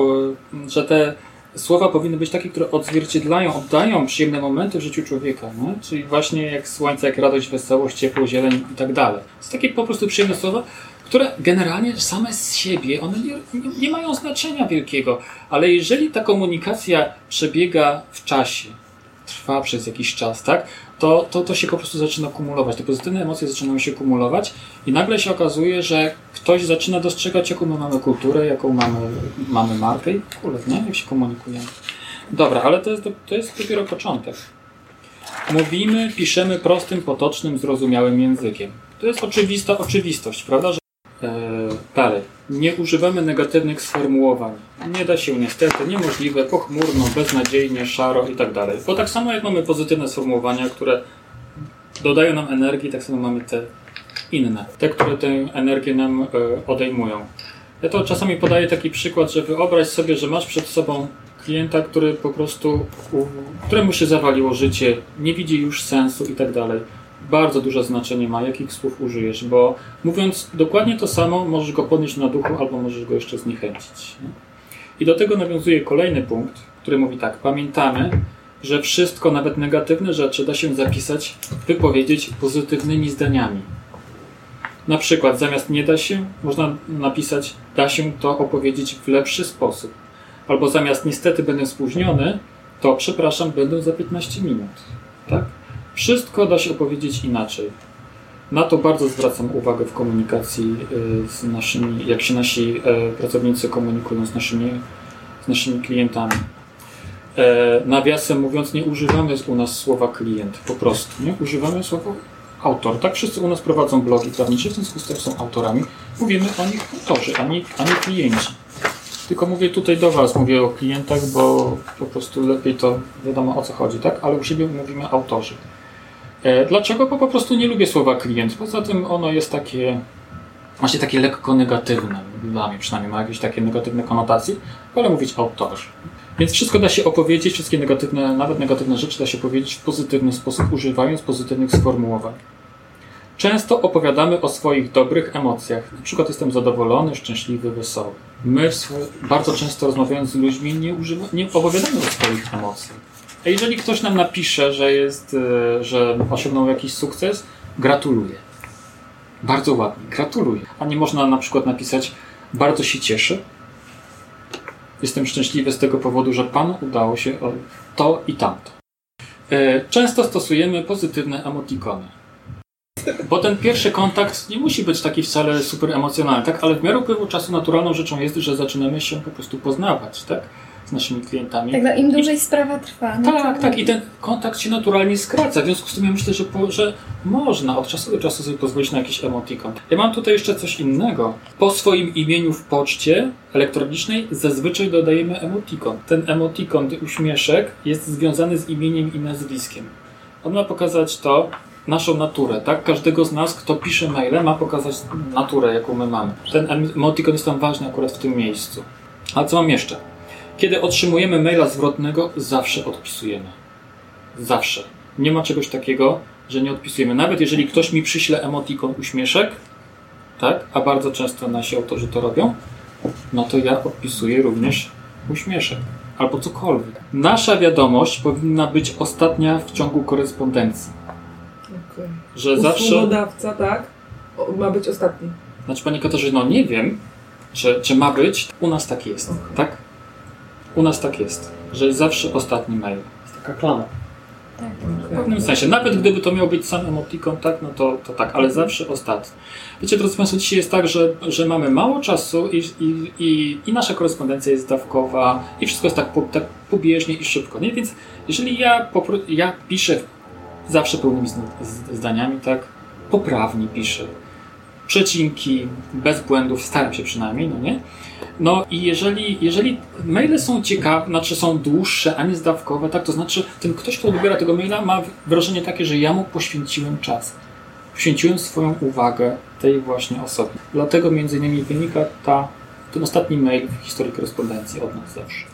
że te słowa powinny być takie, które odzwierciedlają, oddają przyjemne momenty w życiu człowieka, nie? Czyli właśnie jak słońce, jak radość, wesołość, ciepło, zieleń i tak dalej. To są takie po prostu przyjemne słowa, które generalnie same z siebie, one nie mają znaczenia wielkiego, ale jeżeli ta komunikacja przebiega w czasie, trwa przez jakiś czas, tak, to się po prostu zaczyna kumulować. Te pozytywne emocje zaczynają się kumulować i nagle się okazuje, że ktoś zaczyna dostrzegać, jaką my mamy kulturę, jaką mamy markę i w ogóle, nie? Jak się komunikujemy. Dobra, ale to jest dopiero początek. Mówimy, piszemy prostym, potocznym, zrozumiałym językiem. To jest oczywista oczywistość, prawda? Dalej. Nie używamy negatywnych sformułowań. Nie da się niestety, niemożliwe, pochmurno, beznadziejnie, szaro i tak dalej. Bo tak samo jak mamy pozytywne sformułowania, które dodają nam energii, tak samo mamy te inne. Te, które tę energię nam odejmują. Ja to czasami podaję taki przykład, że wyobraź sobie, że masz przed sobą klienta, który po prostu, któremu się zawaliło życie, nie widzi już sensu i tak dalej. Bardzo duże znaczenie ma, jakich słów użyjesz, bo mówiąc dokładnie to samo, możesz go podnieść na duchu albo możesz go jeszcze zniechęcić. I do tego nawiązuje kolejny punkt, który mówi tak: pamiętamy, że wszystko, nawet negatywne rzeczy, da się zapisać, wypowiedzieć pozytywnymi zdaniami. Na przykład zamiast nie da się, można napisać da się to opowiedzieć w lepszy sposób. Albo zamiast niestety będę spóźniony, to przepraszam, będę za 15 minut. Tak? Wszystko da się opowiedzieć inaczej. Na to bardzo zwracam uwagę w komunikacji z naszymi, jak się nasi pracownicy komunikują z naszymi klientami. Nawiasem mówiąc, nie używamy u nas słowa klient, po prostu. Nie? Używamy słowa autor, tak? Wszyscy u nas prowadzą blogi prawnicze, w związku z tym są autorami. Mówimy o nich autorzy, a nie klienci. Tylko mówię tutaj do was, mówię o klientach, bo po prostu lepiej to wiadomo o co chodzi, tak? Ale u siebie mówimy autorzy. Dlaczego? Bo po prostu nie lubię słowa klient. Poza tym ono jest takie, właśnie takie lekko negatywne. Dla mnie przynajmniej ma jakieś takie negatywne konotacje. Wolę mówić autorzy. Więc wszystko da się opowiedzieć, wszystkie negatywne, nawet negatywne rzeczy da się powiedzieć w pozytywny sposób, używając pozytywnych sformułowań. Często opowiadamy o swoich dobrych emocjach. Na przykład jestem zadowolony, szczęśliwy, wesoły. My bardzo często rozmawiając z ludźmi nie opowiadamy o swoich emocjach. A jeżeli ktoś nam napisze, że osiągnął jakiś sukces, gratuluję. Bardzo ładnie, gratuluję. A nie można na przykład napisać, bardzo się cieszę. Jestem szczęśliwy z tego powodu, że Panu udało się to i tamto. Często stosujemy pozytywne emotikony. Bo ten pierwszy kontakt nie musi być taki wcale super emocjonalny, tak? Ale w miarę upływu czasu naturalną rzeczą jest, że zaczynamy się po prostu poznawać, tak? Z naszymi klientami. Tak, no im dłużej sprawa trwa. Tak. I ten kontakt się naturalnie skraca. W związku z tym ja myślę, że można od czasu do czasu sobie pozwolić na jakiś emotikon. Ja mam tutaj jeszcze coś innego. Po swoim imieniu w poczcie elektronicznej zazwyczaj dodajemy emotikon. Ten emotikon, uśmieszek, jest związany z imieniem i nazwiskiem. On ma pokazać naszą naturę, tak? Każdego z nas, kto pisze maile, ma pokazać naturę, jaką my mamy. Ten emotikon jest tam ważny akurat w tym miejscu. A co mam jeszcze? Kiedy otrzymujemy maila zwrotnego, zawsze odpisujemy. Zawsze. Nie ma czegoś takiego, że nie odpisujemy. Nawet jeżeli ktoś mi przyśle emotikon uśmieszek, tak? A bardzo często nasi autorzy to robią, no to ja odpisuję również uśmieszek. Albo cokolwiek. Nasza wiadomość powinna być ostatnia w ciągu korespondencji. Okay. Że zawsze... Usługodawca, tak? Ma być ostatni. Znaczy, Pani Katarzyno, nie wiem, czy ma być. U nas tak jest, tak? U nas tak jest, że jest zawsze ostatni mail. Jest taka klama. Tak. W pewnym sensie. Nawet gdyby to miał być sam emotikon, tak, no to tak, ale zawsze ostatni. Wiecie, drodzy Państwo, dzisiaj jest tak, że mamy mało czasu i nasza korespondencja jest dawkowa i wszystko jest tak pobieżnie i szybko. Nie? Więc jeżeli ja piszę zawsze pełnymi zdaniami, tak, poprawnie piszę, przecinki, bez błędów, staram się przynajmniej, no nie? No i jeżeli maile są ciekawe, znaczy są dłuższe, a nie zdawkowe, tak, to znaczy ten ktoś, kto odbiera tego maila, ma wrażenie takie, że ja mu poświęciłem czas. Poświęciłem swoją uwagę tej właśnie osobie. Dlatego między innymi wynika ten ostatni mail w historii korespondencji od nas zawsze.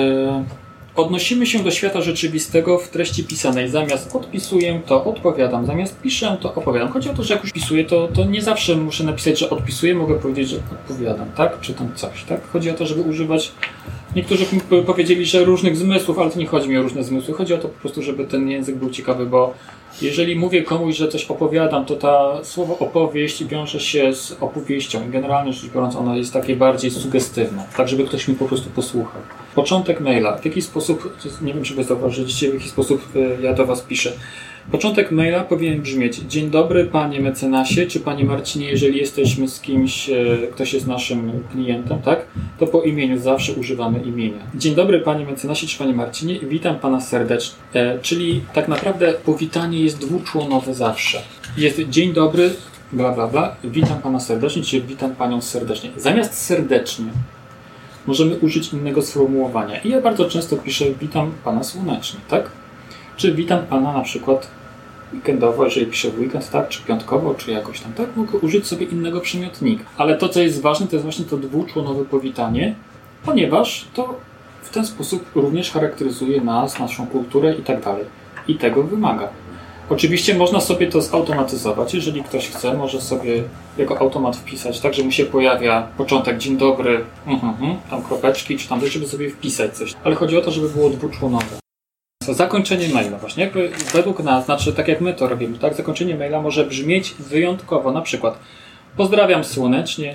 Odnosimy się do świata rzeczywistego w treści pisanej. Zamiast odpisuję, to odpowiadam. Zamiast piszę, to opowiadam. Chodzi o to, że jak już pisuję, to nie zawsze muszę napisać, że odpisuję. Mogę powiedzieć, że odpowiadam, tak? Czy tam coś, tak? Chodzi o to, żeby używać... Niektórzy powiedzieli, że różnych zmysłów, ale to nie chodzi mi o różne zmysły. Chodzi o to po prostu, żeby ten język był ciekawy, bo jeżeli mówię komuś, że coś opowiadam, to słowo opowieść wiąże się z opowieścią i generalnie rzecz biorąc ono jest takie bardziej sugestywne, tak żeby ktoś mi po prostu posłuchał. Początek maila. W jaki sposób, nie wiem czy wy zauważyliście, w jaki sposób ja do was piszę. Początek maila powinien brzmieć: dzień dobry panie mecenasie, czy panie Marcinie, jeżeli jesteśmy z kimś, ktoś jest naszym klientem, tak? To po imieniu zawsze używamy imienia. Dzień dobry panie mecenasie, czy panie Marcinie, witam pana serdecznie. Czyli tak naprawdę powitanie jest dwuczłonowe zawsze. Jest dzień dobry, bla bla bla, witam pana serdecznie, czy witam panią serdecznie. Zamiast serdecznie możemy użyć innego sformułowania. I ja bardzo często piszę witam pana słonecznie, tak? Czy witam pana na przykład weekendowo, jeżeli piszę w weekend, tak? Czy piątkowo, czy jakoś tam, tak? Mogę użyć sobie innego przymiotnika. Ale to, co jest ważne, to jest właśnie to dwuczłonowe powitanie, ponieważ to w ten sposób również charakteryzuje nas, naszą kulturę i tak dalej. I tego wymaga. Oczywiście można sobie to zautomatyzować. Jeżeli ktoś chce, może sobie jako automat wpisać, tak, że mu się pojawia początek dzień dobry, tam kropeczki, czy tam coś, żeby sobie wpisać coś. Ale chodzi o to, żeby było dwuczłonowe. Zakończenie maila właśnie, jakby według nas, znaczy tak jak my to robimy, tak, zakończenie maila może brzmieć wyjątkowo, na przykład pozdrawiam słonecznie,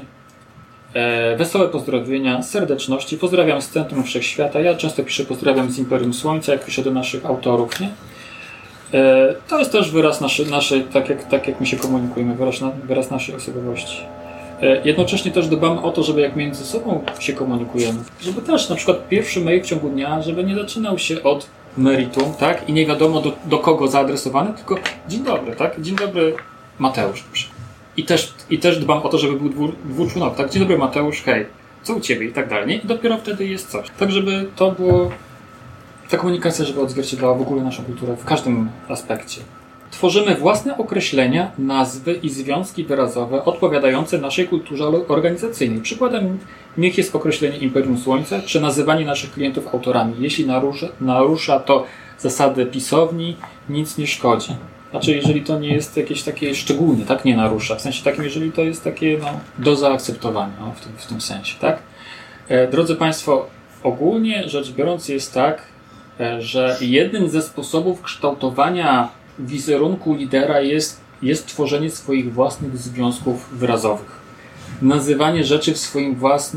wesołe pozdrowienia, serdeczności, pozdrawiam z Centrum Wszechświata. Ja często piszę pozdrawiam z Imperium Słońca, jak piszę do naszych autorów, nie? To jest też wyraz naszej, tak jak my się komunikujemy, wyraz naszej osobowości. Jednocześnie też dbamy o to, żeby jak między sobą się komunikujemy, żeby też na przykład pierwszy mail w ciągu dnia, żeby nie zaczynał się od meritum, tak? I nie wiadomo do kogo zaadresowane, tylko dzień dobry, tak? Dzień dobry Mateusz. I też dbam o to, żeby był dwuczłonowy, tak? Dzień dobry Mateusz, hej, co u Ciebie i tak dalej, nie? I dopiero wtedy jest coś. Tak, żeby to było, ta komunikacja, żeby odzwierciedlała w ogóle naszą kulturę w każdym aspekcie. Tworzymy własne określenia, nazwy i związki wyrazowe odpowiadające naszej kulturze organizacyjnej. Przykładem niech jest określenie Imperium Słońca, czy nazywanie naszych klientów autorami. Jeśli narusza to zasady pisowni, nic nie szkodzi. Znaczy, jeżeli to nie jest jakieś takie szczególnie, tak, nie narusza. W sensie takim, jeżeli to jest takie, do zaakceptowania, w tym sensie, tak? Drodzy Państwo, ogólnie rzecz biorąc jest tak, że jednym ze sposobów kształtowania wizerunku lidera jest tworzenie swoich własnych związków wyrazowych. Nazywanie rzeczy w swój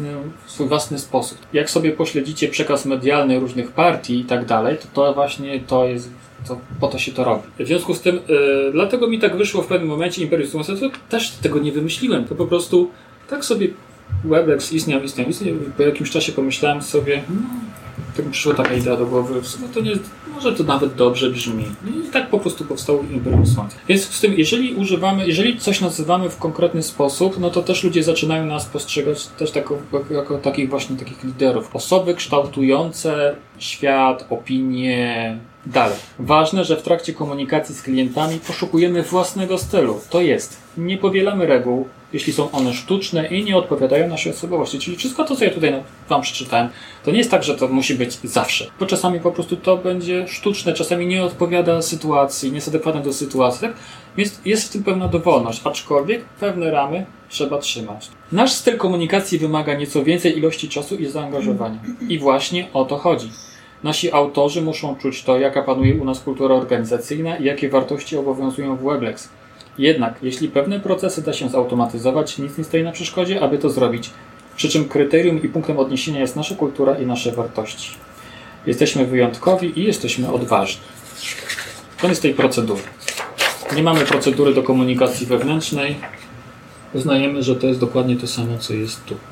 własny sposób. Jak sobie pośledzicie przekaz medialny różnych partii i tak dalej, to właśnie to jest, po to się to robi. W związku z tym, dlatego mi tak wyszło w pewnym momencie Imperium Słońca, to też tego nie wymyśliłem, to po prostu tak sobie Weblex istniał. Po jakimś czasie pomyślałem sobie, tak mi przyszła taka idea do głowy, w sumie to nie, może to nawet dobrze brzmi. I tak po prostu powstało Imperium Słońca. Więc z tym, jeżeli coś nazywamy w konkretny sposób, no to też ludzie zaczynają nas postrzegać też jako takich liderów. Osoby kształtujące świat, opinię, dalej. Ważne, że w trakcie komunikacji z klientami poszukujemy własnego stylu. To jest, nie powielamy reguł, jeśli są one sztuczne i nie odpowiadają naszej osobowości. Czyli wszystko to, co ja tutaj Wam przeczytałem, to nie jest tak, że to musi być zawsze. Bo czasami po prostu to będzie sztuczne, czasami nie odpowiada sytuacji, nie jest adekwatne do sytuacji, tak? Więc jest w tym pewna dowolność, aczkolwiek pewne ramy trzeba trzymać. Nasz styl komunikacji wymaga nieco więcej ilości czasu i zaangażowania. I właśnie o to chodzi. Nasi autorzy muszą czuć to, jaka panuje u nas kultura organizacyjna i jakie wartości obowiązują w Weblex. Jednak, jeśli pewne procesy da się zautomatyzować, nic nie stoi na przeszkodzie, aby to zrobić. Przy czym kryterium i punktem odniesienia jest nasza kultura i nasze wartości. Jesteśmy wyjątkowi i jesteśmy odważni. Koniec tej procedury. Nie mamy procedury do komunikacji wewnętrznej. Uznajemy, że to jest dokładnie to samo, co jest tu.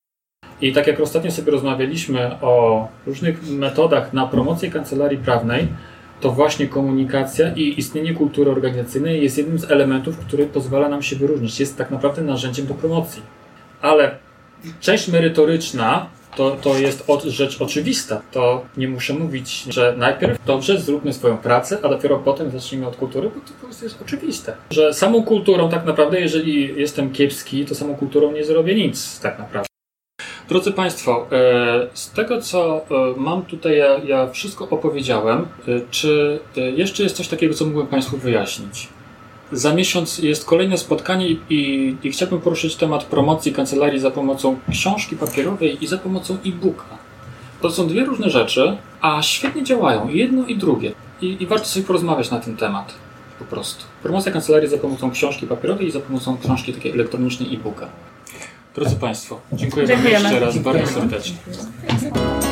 I tak jak ostatnio sobie rozmawialiśmy o różnych metodach na promocję kancelarii prawnej, to właśnie komunikacja i istnienie kultury organizacyjnej jest jednym z elementów, który pozwala nam się wyróżnić. Jest tak naprawdę narzędziem do promocji. Ale część merytoryczna to jest rzecz oczywista. To nie muszę mówić, że najpierw dobrze zróbmy swoją pracę, a dopiero potem zacznijmy od kultury, bo to po prostu jest oczywiste. Że samą kulturą tak naprawdę, jeżeli jestem kiepski, to samą kulturą nie zrobię nic tak naprawdę. Drodzy Państwo, z tego co mam tutaj, ja wszystko opowiedziałem. Czy jeszcze jest coś takiego, co mógłbym Państwu wyjaśnić? Za miesiąc jest kolejne spotkanie i chciałbym poruszyć temat promocji kancelarii za pomocą książki papierowej i za pomocą e-booka. To są dwie różne rzeczy, a świetnie działają, i jedno i drugie. I warto sobie porozmawiać na ten temat. Po prostu. Promocja kancelarii za pomocą książki papierowej i za pomocą książki takiej elektronicznej e-booka. Drodzy Państwo, dziękuję Wam jeszcze raz bardzo serdecznie.